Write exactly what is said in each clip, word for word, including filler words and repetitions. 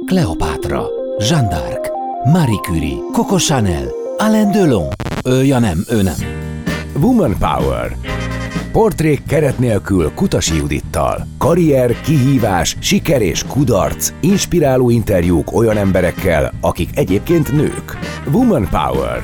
Kleopátra, Jeanne d'Arc, Marie Curie, Coco Chanel, Alain Delon. Ő, ja nem, ő nem. Woman Power. Portrék keret nélkül Kutasi Judittal. Karrier, kihívás, siker és kudarc. Inspiráló interjúk olyan emberekkel, akik egyébként nők. Woman Power.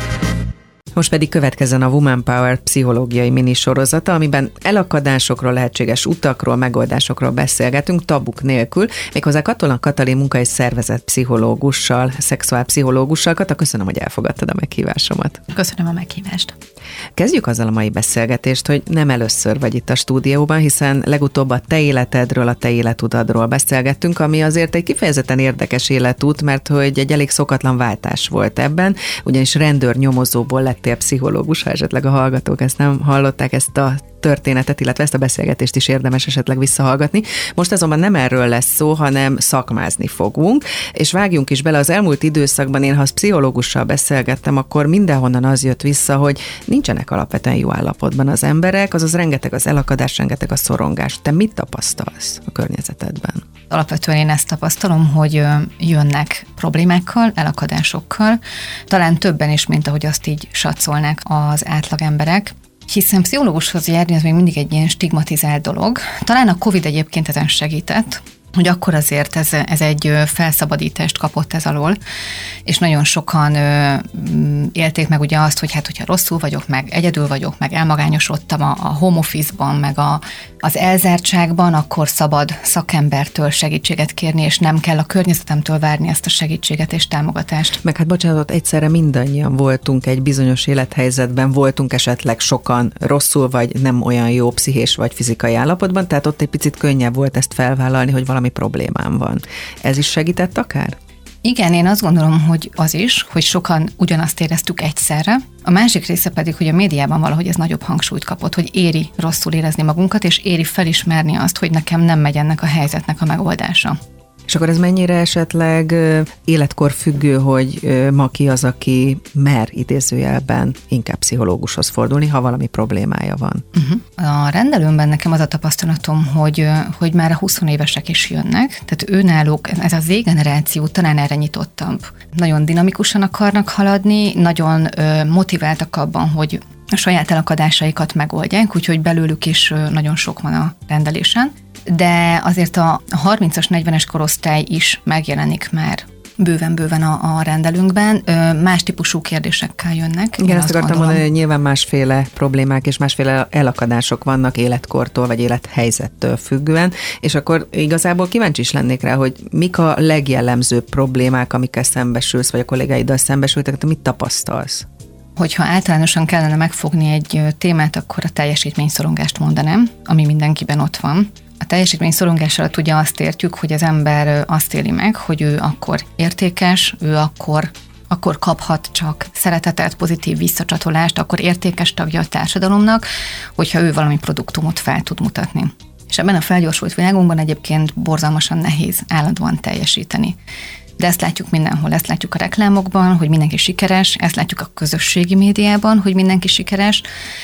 Most pedig következzen a Woman Power pszichológiai minisorozata, amiben elakadásokról, lehetséges utakról, megoldásokról beszélgetünk, tabuk nélkül, méghozzá Katona Katalin munka- és szervezetpszichológussal, szexuálpszichológussal. Kata, köszönöm, hogy elfogadtad a meghívásomat. Köszönöm a meghívást. Kezdjük azzal a mai beszélgetést, hogy nem először vagy itt a stúdióban, hiszen legutóbb a te életedről, a te életutadról beszélgettünk, ami azért egy kifejezetten érdekes életút, mert hogy egy elég szokatlan váltás volt ebben, ugyanis rendőrnyomozóból lettél pszichológus, ha esetleg a hallgatók ezt nem hallották, ezt a történetet, illetve ezt a beszélgetést is érdemes esetleg visszahallgatni. Most azonban nem erről lesz szó, hanem szakmázni fogunk, és vágjunk is bele. Az elmúlt időszakban én, ha az pszichológussal beszélgettem, akkor mindenhonnan az jött vissza, hogy nincsenek alapvetően jó állapotban az emberek, azaz rengeteg az elakadás, rengeteg a szorongás. Te mit tapasztalsz a környezetedben? Alapvetően én ezt tapasztalom, hogy jönnek problémákkal, elakadásokkal, talán többen is, mint ahogy azt így satszolnák az átlag emberek. Hiszen pszichológushoz járni, az még mindig egy ilyen stigmatizált dolog. Talán a Covid egyébként ezen segített, hogy akkor azért ez, ez egy felszabadítást kapott ez alól, és nagyon sokan ö, élték meg ugye azt, hogy hát, hogyha rosszul vagyok, meg egyedül vagyok, meg elmagányosodtam a, a home office-ban, meg a, az elzártságban, akkor szabad szakembertől segítséget kérni, és nem kell a környezetemtől várni ezt a segítséget és támogatást. Meg hát bocsánat, egyszerre mindannyian voltunk egy bizonyos élethelyzetben, voltunk esetleg sokan rosszul, vagy nem olyan jó pszichés vagy fizikai állapotban, tehát ott egy picit könnyebb volt ezt felvállalni, hogy valami problémám van. Ez is segített akár? Igen, én azt gondolom, hogy az is, hogy sokan ugyanazt éreztük egyszerre. A másik része pedig, hogy a médiában valahogy ez nagyobb hangsúlyt kapott, hogy éri rosszul érezni magunkat, és éri felismerni azt, hogy nekem nem megy ennek a helyzetnek a megoldása. És akkor ez mennyire esetleg életkor függő, hogy ma ki az, aki mer idézőjelben inkább pszichológushoz fordulni, ha valami problémája van? Uh-huh. A rendelőmben nekem az a tapasztalatom, hogy, hogy már a húsz évesek is jönnek, tehát őnáluk ez a Z-generáció talán erre nyitottabb. Nagyon dinamikusan akarnak haladni, nagyon motiváltak abban, hogy a saját elakadásaikat megoldják, úgyhogy belőlük is nagyon sok van a rendelésen. De azért a harmincas, negyvenes korosztály is megjelenik már bőven-bőven a, a rendelőnkben. Más típusú kérdésekkel jönnek. Igen, ezt akartam mondani, hogy nyilván másféle problémák és másféle elakadások vannak életkortól vagy élethelyzettől függően, és akkor igazából kíváncsi is lennék rá, hogy mik a legjellemzőbb problémák, amikkel szembesülsz, vagy a kollégáiddal szembesültek, te mit tapasztalsz? Hogyha általánosan kellene megfogni egy témát, akkor a teljesítményszorongást mondanám, ami mindenkiben ott van. A teljesítményszorongás alatt ugye azt értjük, hogy az ember azt éli meg, hogy ő akkor értékes, ő akkor, akkor kaphat csak szeretetet, pozitív visszacsatolást, akkor értékes tagja a társadalomnak, hogyha ő valami produktumot fel tud mutatni. És ebben a felgyorsult világunkban egyébként borzalmasan nehéz állandóan teljesíteni. De ezt látjuk mindenhol, ezt látjuk a reklámokban, hogy mindenki sikeres, ezt látjuk a közösségi médiában, hogy mindenki sikeres,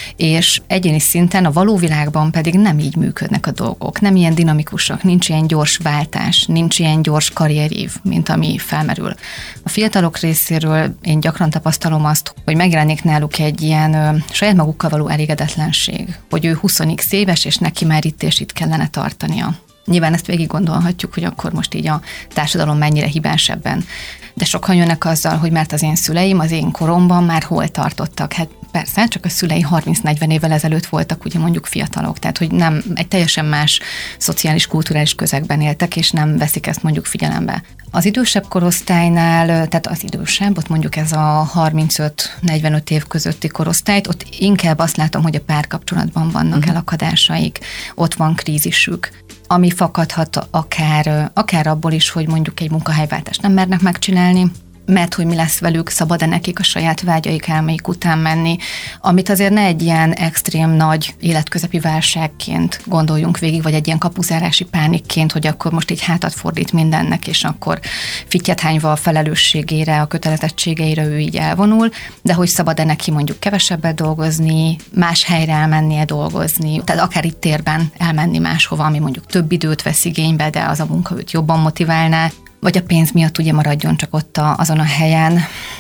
és egyéni szinten a való világban pedig nem így működnek a dolgok, nem ilyen dinamikusak, nincs ilyen gyors váltás, nincs ilyen gyors karrierív, mint ami felmerül. A fiatalok részéről én gyakran tapasztalom azt, hogy megjelenik náluk egy ilyen ö, saját magukkal való elégedetlenség, hogy ő húsz éves, és neki már itt és itt kellene tartania. Nyilván ezt végig gondolhatjuk, hogy akkor most így a társadalom mennyire hibás ebben. De sokan jönnek azzal, hogy mert az én szüleim az én koromban már hol tartottak. Hát persze, csak a szülei harminc-negyven évvel ezelőtt voltak ugye mondjuk fiatalok, tehát hogy nem egy teljesen más szociális, kulturális közegben éltek, és nem veszik ezt mondjuk figyelembe. Az idősebb korosztálynál, tehát az idősebb, ott mondjuk ez a harmincöt-negyvenöt év közötti korosztályt, ott inkább azt látom, hogy a párkapcsolatban vannak uh-huh. elakadásaik, ott van krízisük, ami fakadhat akár, akár abból is, hogy mondjuk egy munkahelyváltást nem mernek megcsinálni, mert hogy mi lesz velük, szabad-e nekik a saját vágyaik, álmaik után menni, amit azért ne egy ilyen extrém nagy életközepi válságként gondoljunk végig, vagy egy ilyen kapuzárási pánikként, hogy akkor most így hátat fordít mindennek, és akkor fittyet hányva a felelősségére, a kötelezettségeire ő így elvonul, de hogy szabad-e neki mondjuk kevesebbet dolgozni, más helyre elmennie dolgozni, tehát akár itt térben elmenni máshova, ami mondjuk több időt vesz igénybe, de az a munka őt jobban motiválná. vagy a pénz miatt ugye maradjon csak ott a, azon a helyen.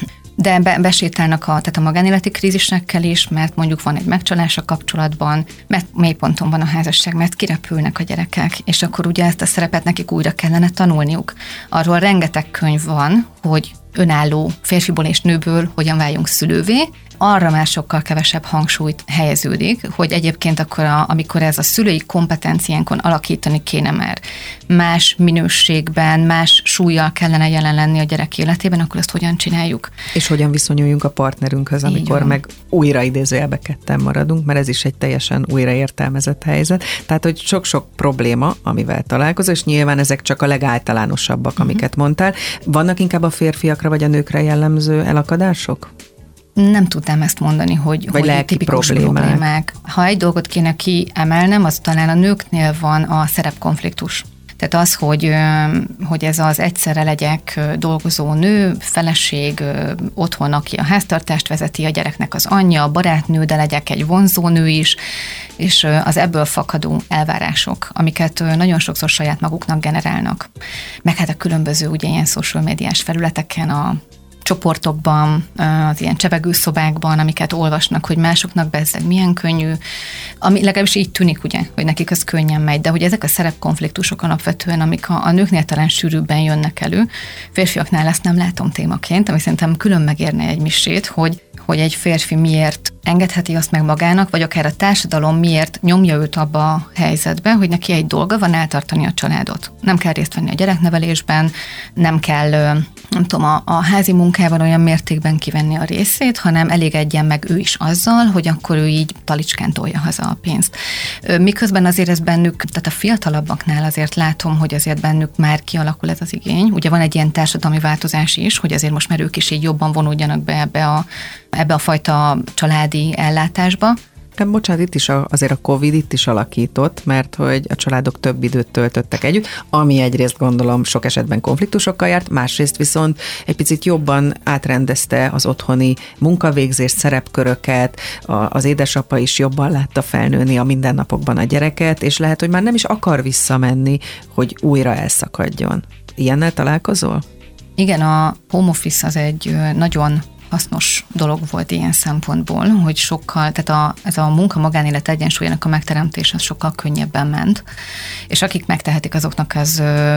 De be, besétálnak a, tehát a magánéleti krízisekkel is, mert mondjuk van egy megcsalás a kapcsolatban, mert mélyponton van a házasság, mert kirepülnek a gyerekek, és akkor ugye ezt a szerepet nekik újra kellene tanulniuk. Arról rengeteg könyv van, hogy önálló férfiból és nőből hogyan váljunk szülővé, arra már sokkal kevesebb hangsúlyt helyeződik, hogy egyébként akkor, a, amikor ez a szülői kompetenciánkon alakítani kéne már más minőségben, más súllyal kellene jelen lenni a gyerek életében, akkor ezt hogyan csináljuk? És hogyan viszonyuljunk a partnerünkhöz, amikor meg újra idézőjelbe ketten maradunk, mert ez is egy teljesen újraértelmezett helyzet. Tehát, hogy sok-sok probléma, amivel találkozol, és nyilván ezek csak a legáltalánosabbak, uh-huh. amiket mondtál. Vannak inkább a férfiakra vagy a nőkre jellemző elakadások? Nem tudnám ezt mondani, hogy, vagy hogy tipikus problémák. problémák. Ha egy dolgot kéne kiemelnem, az talán a nőknél van a szerepkonfliktus. Tehát az, hogy, hogy ez az egyszerre legyek dolgozó nő, feleség, otthon, aki a háztartást vezeti, a gyereknek az anyja, a barátnő, de legyek egy vonzó nő is, és az ebből fakadó elvárások, amiket nagyon sokszor saját maguknak generálnak. Meg hát a különböző ugye ilyen social médiás felületeken, a csoportokban, az ilyen csevegőszobákban, amiket olvasnak, hogy másoknak bezzeg milyen könnyű, ami legalábbis így tűnik, ugye, hogy nekik az könnyen megy, de hogy ezek a szerepkonfliktusok alapvetően, amik a, a nőknél talán sűrűbben jönnek elő, férfiaknál ezt nem látom témaként, ami szerintem külön megérne egy misét, hogy hogy egy férfi miért engedheti azt meg magának, vagy akár a társadalom miért nyomja őt abba a helyzetbe, hogy neki egy dolga van eltartani a családot. Nem kell részt venni a gyereknevelésben, nem kell, nem tudom, a, a házi munkában olyan mértékben kivenni a részét, hanem elégedjen meg ő is azzal, hogy akkor ő így talicskán tolja haza a pénzt. Miközben azért ez bennük, tehát a fiatalabbaknál azért látom, hogy azért bennük már kialakul ez az igény. Ugye van egy ilyen társadalmi változás is, hogy azért most már ők is így jobban vonódjanak be ebbe a ebbe a fajta családi ellátásba. De bocsánat, itt is a, azért a Covid itt is alakított, mert hogy a családok több időt töltöttek együtt, ami egyrészt gondolom sok esetben konfliktusokkal járt, másrészt viszont egy picit jobban átrendezte az otthoni munkavégzést, szerepköröket, a, az édesapa is jobban látta felnőni a mindennapokban a gyereket, és lehet, hogy már nem is akar visszamenni, hogy újra elszakadjon. Ilyennel találkozol? Igen, a home office az egy nagyon hasznos dolog volt ilyen szempontból, hogy sokkal, tehát a, ez a munka-magánélet egyensúlyának a megteremtése sokkal könnyebben ment, és akik megtehetik, azoknak az ö,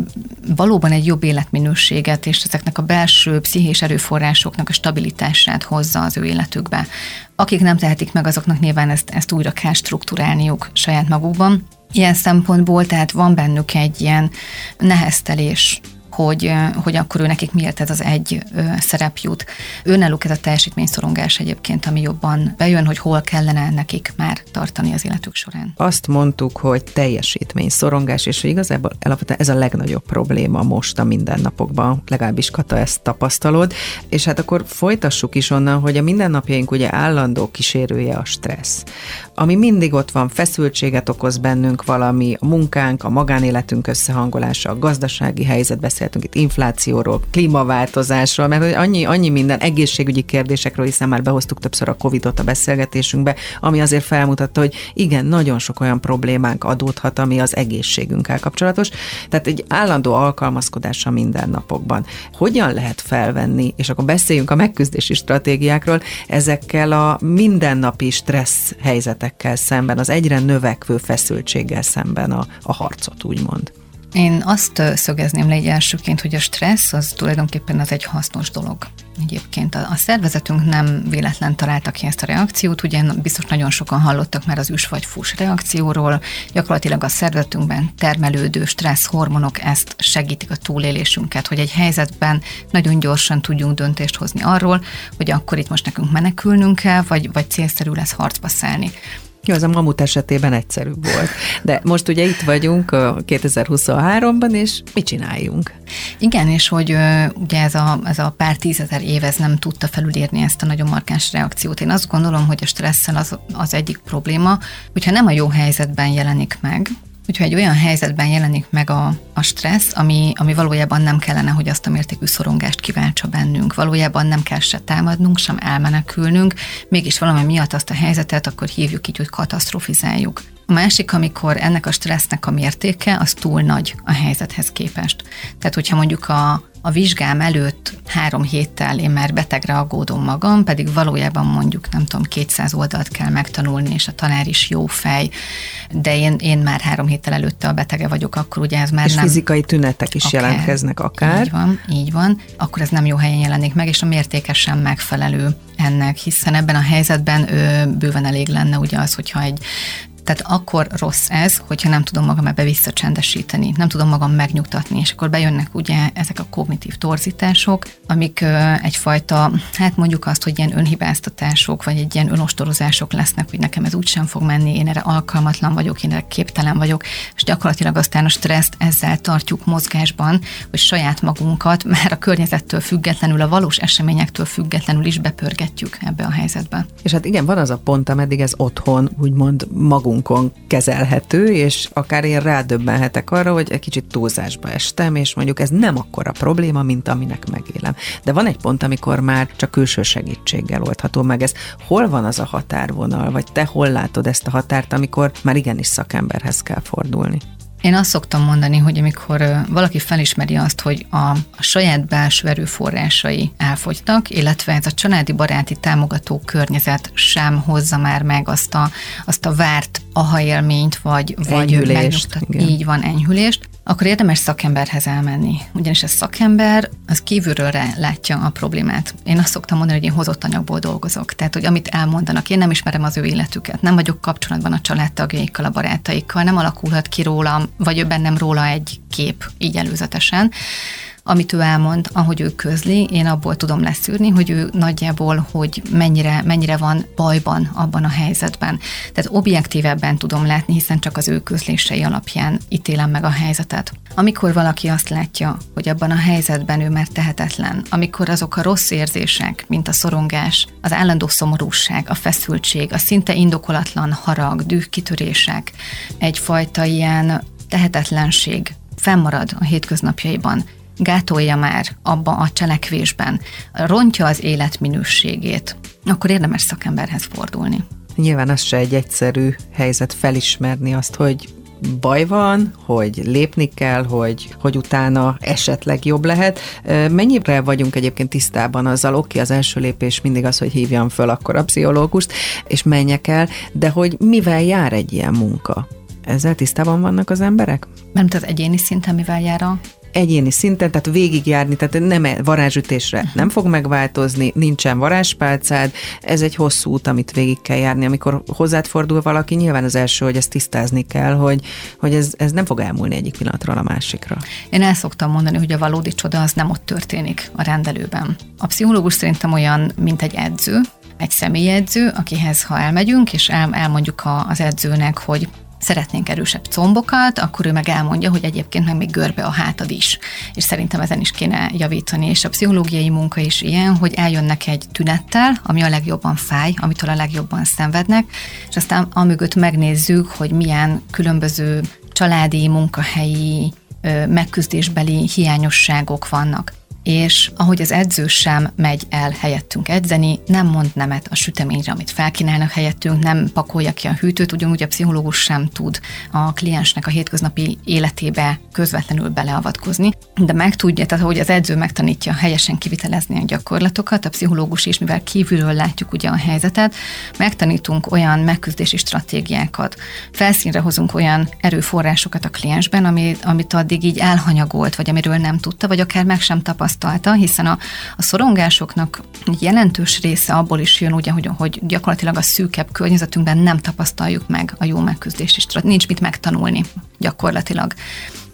valóban egy jobb életminőséget, és ezeknek a belső pszichés erőforrásoknak a stabilitását hozza az ő életükbe. Akik nem tehetik meg, azoknak nyilván ezt, ezt újra kell strukturálniuk saját magukban. Ilyen szempontból, tehát van bennük egy ilyen neheztelés, hogy, hogy akkor ő nekik miért ez az egy ö, szerep jut. Őnáluk ez a teljesítményszorongás egyébként, ami jobban bejön, hogy hol kellene nekik már tartani az életük során. Azt mondtuk, hogy teljesítményszorongás, és hogy igazából alapvetően ez a legnagyobb probléma most a mindennapokban, legalábbis Kata, ezt tapasztalod, és hát akkor folytassuk is onnan, hogy a mindennapjaink ugye állandó kísérője a stressz, ami mindig ott van, feszültséget okoz bennünk valami, a munkánk, a magánéletünk összehangolása, a gazdasági helyzet, beszéltünk itt inflációról, klímaváltozásról, mert annyi, annyi minden egészségügyi kérdésekről, hiszen már behoztuk többször a Covidot a beszélgetésünkbe, ami azért felmutatta, hogy igen, nagyon sok olyan problémánk adódhat, ami az egészségünkkel kapcsolatos. Tehát egy állandó alkalmazkodás a mindennapokban. Hogyan lehet felvenni, és akkor beszéljünk a megküzdési stratégiákról, ezekkel a mindennapi stressz helyzetekkel szemben, az egyre növekvő feszültséggel szemben a, a harcot, úgymond? Én azt szögezném le egy elsőként, hogy a stressz az tulajdonképpen az egy hasznos dolog. Egyébként a, a szervezetünk nem véletlen találta ki ezt a reakciót, ugye biztos nagyon sokan hallottak már az üs vagy fuss reakcióról, gyakorlatilag a szervezetünkben termelődő stressz hormonok ezt segítik a túlélésünket, hogy egy helyzetben nagyon gyorsan tudjunk döntést hozni arról, hogy akkor itt most nekünk menekülnünk kell, vagy, vagy célszerű lesz harcba szállni. Jó, az a mamut esetében egyszerűbb volt. De most ugye itt vagyunk kétezer-huszonháromban, és mit csináljunk? Igen, és hogy ugye ez a, ez a pár tízezer év ez nem tudta felülírni ezt a nagyon markáns reakciót. Én azt gondolom, hogy a stresszel az, az egyik probléma, hogyha nem a jó helyzetben jelenik meg, Hogyha egy olyan helyzetben jelenik meg a, a stressz, ami, ami valójában nem kellene, hogy azt a mértékű szorongást kiváltsa bennünk, valójában nem kell se támadnunk, sem elmenekülnünk, mégis valami miatt azt a helyzetet akkor hívjuk így, hogy katasztrofizáljuk. A másik, amikor ennek a stressznek a mértéke, az túl nagy a helyzethez képest. Tehát, hogyha mondjuk a, a vizsgám előtt három héttel én már betegre aggódom magam, pedig valójában mondjuk, nem tudom, kétszáz oldalt kell megtanulni, és a tanár is jó fej, de én, én már három héttel előtte a betege vagyok, akkor ugye ez már és nem... És fizikai tünetek is akár. jelentkeznek akár. Így van, így van. Akkor ez nem jó helyen jelenik meg, és a mértéke sem megfelelő ennek, hiszen ebben a helyzetben ő, bőven elég lenne ugye az, hogyha egy Tehát akkor rossz ez, hogyha nem tudom magam ebbe visszacsendesíteni, nem tudom magam megnyugtatni, és akkor bejönnek ugye ezek a kognitív torzítások, amik ö, egyfajta, hát mondjuk azt, hogy ilyen önhibáztatások, vagy egy ilyen önostorozások lesznek, hogy nekem ez úgysem fog menni, én erre alkalmatlan vagyok, én erre képtelen vagyok, és gyakorlatilag aztán a stresszt ezzel tartjuk mozgásban, hogy saját magunkat már a környezettől függetlenül, a valós eseményektől függetlenül is bepörgetjük ebbe a helyzetbe. És hát igen, van az a pont, ameddig ez otthon, úgymond magunk kezelhető, és akár én rádöbbenhetek arra, hogy egy kicsit túlzásba estem, és mondjuk ez nem akkora probléma, mint aminek megélem. De van egy pont, amikor már csak külső segítséggel oldható meg ez. Hol van az a határvonal, vagy te hol látod ezt a határt, amikor már igenis szakemberhez kell fordulni? Én azt szoktam mondani, hogy amikor valaki felismeri azt, hogy a, a saját belső erőforrásai elfogytak, illetve ez a családi, baráti, támogató környezet sem hozza már meg azt a, azt a várt aha élményt, vagy, vagy megnyugtat, így van, enyhülést, akkor érdemes szakemberhez elmenni. Ugyanis a szakember az kívülről látja a problémát. Én azt szoktam mondani, hogy én hozott anyagból dolgozok. Tehát, hogy amit elmondanak, én nem ismerem az ő életüket, nem vagyok kapcsolatban a családtagjaikkal, a barátaikkal, nem alakulhat ki rólam, vagy bennem róla egy kép így előzetesen. Amit ő elmond, ahogy ő közli, én abból tudom leszűrni, hogy ő nagyjából, hogy mennyire, mennyire van bajban abban a helyzetben. Tehát objektívebben tudom látni, hiszen csak az ő közlései alapján ítélem meg a helyzetet. Amikor valaki azt látja, hogy abban a helyzetben ő már tehetetlen, amikor azok a rossz érzések, mint a szorongás, az állandó szomorúság, a feszültség, a szinte indokolatlan harag, dühkitörések, egyfajta ilyen tehetetlenség fennmarad a hétköznapjaiban, gátolja már abba a cselekvésben, rontja az életminőségét, akkor érdemes szakemberhez fordulni. Nyilván az se egy egyszerű helyzet felismerni azt, hogy baj van, hogy lépni kell, hogy, hogy utána esetleg jobb lehet. Mennyire vagyunk egyébként tisztában azzal, oké, az első lépés mindig az, hogy hívjam föl akkor a pszichológust, és menjek el, de hogy mivel jár egy ilyen munka? Ezzel tisztában vannak az emberek? Nem, tehát egyéni szinten mivel jár a... Egyéni szinten, tehát végigjárni, tehát nem varázsütésre uh-huh. nem fog megváltozni, nincsen varázspálcád, ez egy hosszú út, amit végig kell járni. Amikor hozzád fordul valaki, nyilván az első, hogy ezt tisztázni kell, hogy, hogy ez, ez nem fog elmúlni egyik pillanatról a másikra. Én el szoktam mondani, hogy a valódi csoda az nem ott történik a rendelőben. A pszichológus szerintem olyan, mint egy edző, egy személyedző, akihez ha elmegyünk, és el, elmondjuk a, az edzőnek, hogy szeretnénk erősebb combokat, akkor ő meg elmondja, hogy egyébként meg még görbe a hátad is. És szerintem ezen is kéne javítani. És a pszichológiai munka is ilyen, hogy eljönnek egy tünettel, ami a legjobban fáj, amitől a legjobban szenvednek, és aztán amögött megnézzük, hogy milyen különböző családi, munkahelyi, megküzdésbeli hiányosságok vannak. És ahogy az edző sem megy el helyettünk edzeni, nem mond nemet a süteményre, amit felkínálnak helyettünk, nem pakolja ki a hűtőt, ugyanúgy a pszichológus sem tud a kliensnek a hétköznapi életébe közvetlenül beleavatkozni, de meg tudja, tehát ahogy az edző megtanítja helyesen kivitelezni a gyakorlatokat, a pszichológus is, mivel kívülről látjuk ugye a helyzetet, megtanítunk olyan megküzdési stratégiákat, felszínre hozunk olyan erőforrásokat a kliensben, amit, amit addig így elhanyagolt, vagy amiről nem tudta, vagy akár meg sem tapasztalt, hiszen a, a szorongásoknak jelentős része abból is jön, ugye, hogy, hogy gyakorlatilag a szűkebb környezetünkben nem tapasztaljuk meg a jó megküzdési stratégiát. Nincs mit megtanulni gyakorlatilag.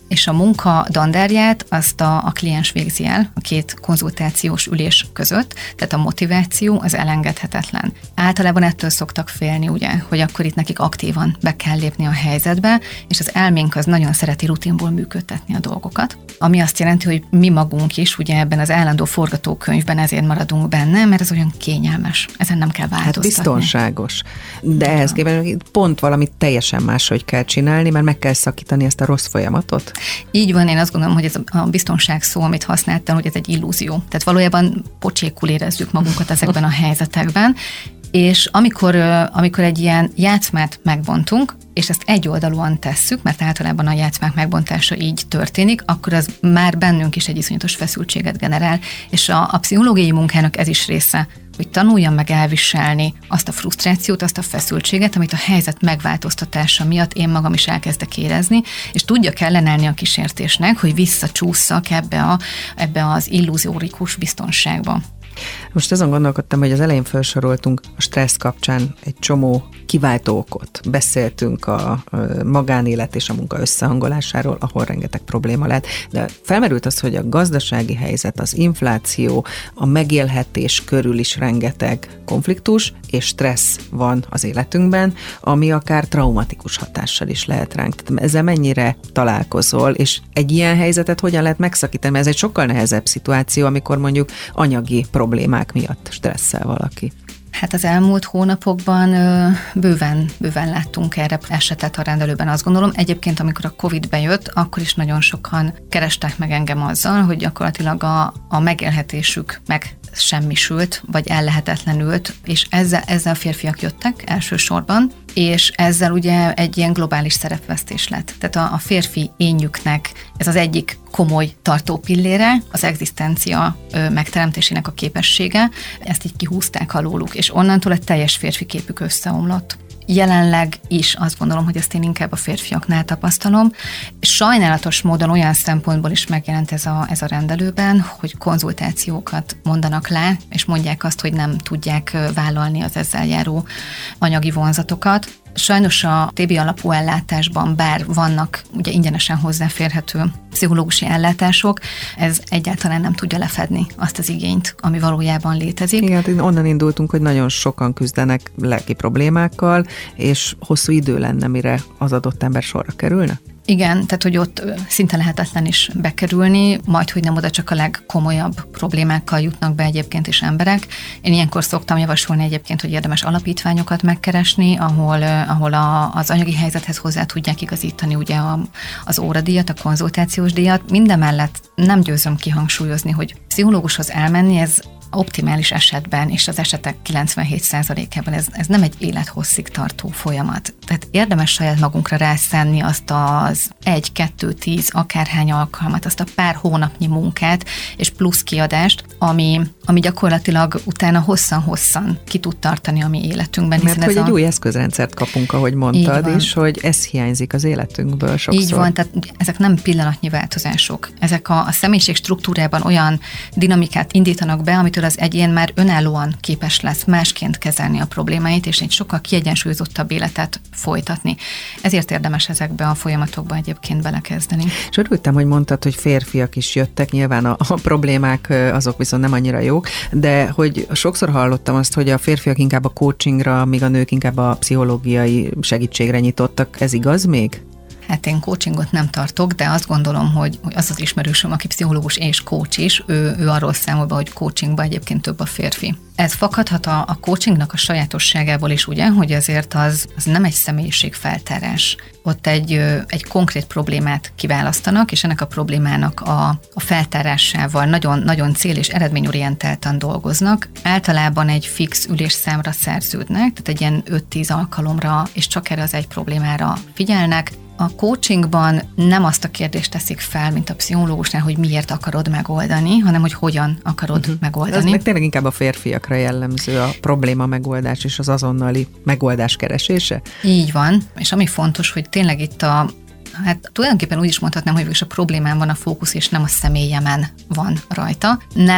és a munka dandárját azt a, a kliens végzi el a két konzultációs ülés között, tehát a motiváció az elengedhetetlen. Általában ettől szoktak félni, ugye, hogy akkor itt nekik aktívan be kell lépni a helyzetbe, és az elménk az nagyon szereti rutinból működtetni a dolgokat, ami azt jelenti, hogy mi magunk is ugye ebben az állandó forgatókönyvben ezért maradunk benne, mert ez olyan kényelmes, ezen nem kell változtatni. Hát biztonságos, de ehhez képest pont valamit teljesen máshogy kell csinálni, mert meg kell szakítani ezt a rossz folyamatot. Így van, én azt gondolom, hogy ez a biztonság szó, amit használtam, hogy ez egy illúzió. Tehát valójában pocsékul érezzük magunkat ezekben a helyzetekben, és amikor, amikor egy ilyen játszmát megbontunk, és ezt egyoldalúan tesszük, mert általában a játszmák megbontása így történik, akkor az már bennünk is egy iszonyatos feszültséget generál, és a, a pszichológiai munkának ez is része, hogy tanuljam meg elviselni azt a frusztrációt, azt a feszültséget, amit a helyzet megváltoztatása miatt én magam is elkezdek érezni, és tudjak ellenállni a kísértésnek, hogy visszacsússzak ebbe, a, ebbe az illúziórikus biztonságba. Most azon gondolkodtam, hogy az elején felsoroltunk a stressz kapcsán egy csomó kiváltó okot. Beszéltünk a magánélet és a munka összehangolásáról, ahol rengeteg probléma lehet, de felmerült az, hogy a gazdasági helyzet, az infláció, a megélhetés körül is rengeteg konfliktus és stressz van az életünkben, ami akár traumatikus hatással is lehet ránk. Tehát ezzel mennyire találkozol, és egy ilyen helyzetet hogyan lehet megszakítani? Mert ez egy sokkal nehezebb szituáció, amikor mondjuk anyagi problémák miatt stresszel valaki. Hát az elmúlt hónapokban ö, bőven, bőven láttunk erre esetet a rendelőben, azt gondolom. Egyébként, amikor a Covid bejött, akkor is nagyon sokan kerestek meg engem azzal, hogy gyakorlatilag a, a megélhetésük megsemmisült, vagy ellehetetlenült, és ezzel, ezzel férfiak jöttek elsősorban, és ezzel ugye egy ilyen globális szerepvesztés lett. Tehát a, a férfi énjüknek ez az egyik komoly tartópillére, az egzisztencia ö, megteremtésének a képessége, ezt így kihúzták alóluk, és onnantól egy teljes férfi képük összeomlott. Jelenleg is azt gondolom, hogy ezt én inkább a férfiaknál tapasztalom. Sajnálatos módon olyan szempontból is megjelent ez a, ez a rendelőben, hogy konzultációkat mondanak le, és mondják azt, hogy nem tudják vállalni az ezzel járó anyagi vonzatokat. Sajnos a té bé alapú ellátásban, bár vannak ugye ingyenesen hozzáférhető pszichológusi ellátások, ez egyáltalán nem tudja lefedni azt az igényt, ami valójában létezik. Igen, onnan indultunk, hogy nagyon sokan küzdenek lelki problémákkal, és hosszú idő lenne, mire az adott ember sorra kerülne. Igen, tehát hogy ott szinte lehetetlen is bekerülni, majd hogy nem oda csak a legkomolyabb problémákkal jutnak be egyébként is emberek. Én ilyenkor szoktam javasolni egyébként, hogy érdemes alapítványokat megkeresni, ahol, ahol a, az anyagi helyzethez hozzá tudják igazítani ugye a, az óradíjat, a konzultációs díjat. Mindemellett nem győzöm kihangsúlyozni, hogy pszichológushoz elmenni, ez optimális esetben, és az esetek kilencvenhét százalékában ez, ez nem egy élethosszig tartó folyamat. Tehát érdemes saját magunkra rászánni azt az egy, kettő, tíz, akárhány alkalmat, azt a pár hónapnyi munkát és plusz kiadást, ami, ami gyakorlatilag utána hosszan-hosszan ki tud tartani a mi életünkben. Mert hogy egy a... új eszközrendszert kapunk, ahogy mondtad, és hogy ez hiányzik az életünkből sokszor. Így van, tehát ezek nem pillanatnyi változások. Ezek a, a személyiség struktúrában olyan dinamikát indítanak be, amitől az egyén már önállóan képes lesz másként kezelni a problémáit, és egy sokkal kiegyensúlyozottabb életet folytatni. Ezért érdemes ezekbe a folyamatokba egyébként belekezdeni. És örültem, hogy mondtad, hogy férfiak is jöttek, nyilván a, a problémák azok viszont nem annyira jók, de hogy sokszor hallottam azt, hogy a férfiak inkább a coachingra, míg a nők inkább a pszichológiai segítségre nyitottak. Ez igaz még? Hát én coachingot nem tartok, de azt gondolom, hogy az az ismerősöm, aki pszichológus és coach is, ő, ő arról számol be, hogy coachingban egyébként több a férfi. Ez fakadhat a, a coachingnak a sajátosságából is, ugye, hogy azért az, az nem egy személyiségfeltárás. Ott egy, egy konkrét problémát kiválasztanak, és ennek a problémának a, a feltárásával nagyon, nagyon cél- és eredményorientáltan dolgoznak. Általában egy fix ülésszámra szerződnek, tehát egy ilyen öt-tíz alkalomra, és csak erre az egy problémára figyelnek. A coachingban nem azt a kérdést teszik fel, mint a pszichológusnál, hogy miért akarod megoldani, hanem hogy hogyan akarod uh-huh. megoldani. Ez meg tényleg inkább a férfiakra jellemző a probléma megoldás és az azonnali megoldás keresése? Így van, és ami fontos, hogy tényleg itt a Hát tulajdonképpen úgy is mondhatnám, hogy a problémán van a fókusz, és nem a személyemen van rajta. Nem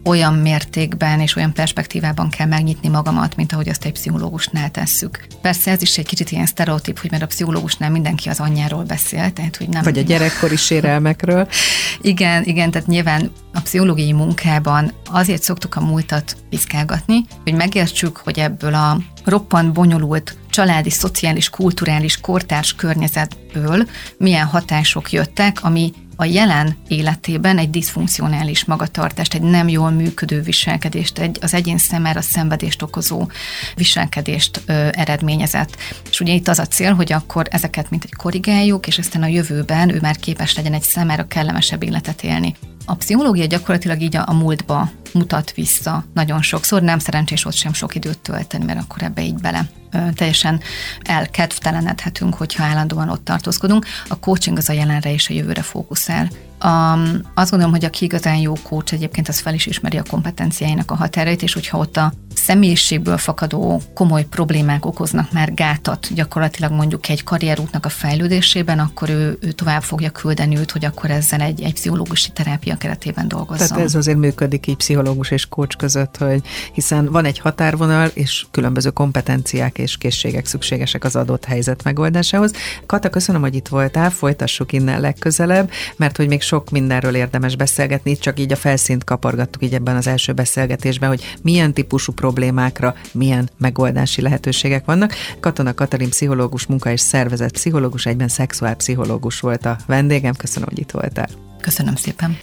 olyan mértékben és olyan perspektívában kell megnyitni magamat, mint ahogy azt egy pszichológusnál tesszük. Persze ez is egy kicsit ilyen sztereotíp, hogy mert a pszichológusnál mindenki az anyjáról beszél, tehát hogy nem... Vagy a gyerekkori sérelmekről. Igen, igen, tehát nyilván a pszichológiai munkában azért szoktuk a múltat piszkálgatni, hogy megértsük, hogy ebből a roppant bonyolult családi, szociális, kulturális, kortárs környezetből milyen hatások jöttek, ami a jelen életében egy diszfunkcionális magatartást, egy nem jól működő viselkedést, egy az egyén számára szenvedést okozó viselkedést ö, eredményezett. És ugye itt az a cél, hogy akkor ezeket mint egy korrigáljuk, és aztán a jövőben ő már képes legyen egy számára kellemesebb életet élni. A pszichológia gyakorlatilag így a, a múltba mutat vissza nagyon sokszor, nem szerencsés ott sem sok időt tölteni, mert akkor ebbe így bele ö, teljesen elkedvtelenedhetünk, hogyha állandóan ott tartózkodunk. A coaching az a jelenre és a jövőre fókuszál. Um, azt gondolom, hogy aki igazán jó coach egyébként, az fel is ismeri a kompetenciáinak a határait, és hogyha ott a személyiségből fakadó komoly problémák okoznak már gátat gyakorlatilag mondjuk egy karrierútnak a fejlődésében, akkor ő, ő tovább fogja küldeni őt, hogy akkor ezzel egy, egy pszichológusi terápia keretében dolgozzon. Tehát ez azért működik így pszichológus és coach között, hogy hiszen van egy határvonal, és különböző kompetenciák és készségek szükségesek az adott helyzet megoldásához. Kata, köszönöm, hogy itt voltál, folytassuk innen legközelebb, mert hogy még sok mindenről érdemes beszélgetni, csak így a felszínt kapargattuk így ebben az első beszélgetésben, hogy milyen típusú problémákra milyen megoldási lehetőségek vannak. Katona Katalin pszichológus, munka- és szervezetpszichológus, egyben szexuálpszichológus volt a vendégem. Köszönöm, hogy itt voltál. Köszönöm szépen.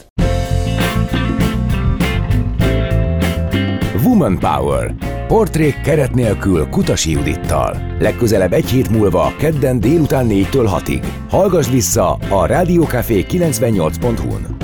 Woman Power. Portrék keret nélkül Kutasi Judittal. Legközelebb egy hét múlva, kedden délután négytől hatig. Hallgass vissza a Rádiókafé kilencvennyolc pont hu-n.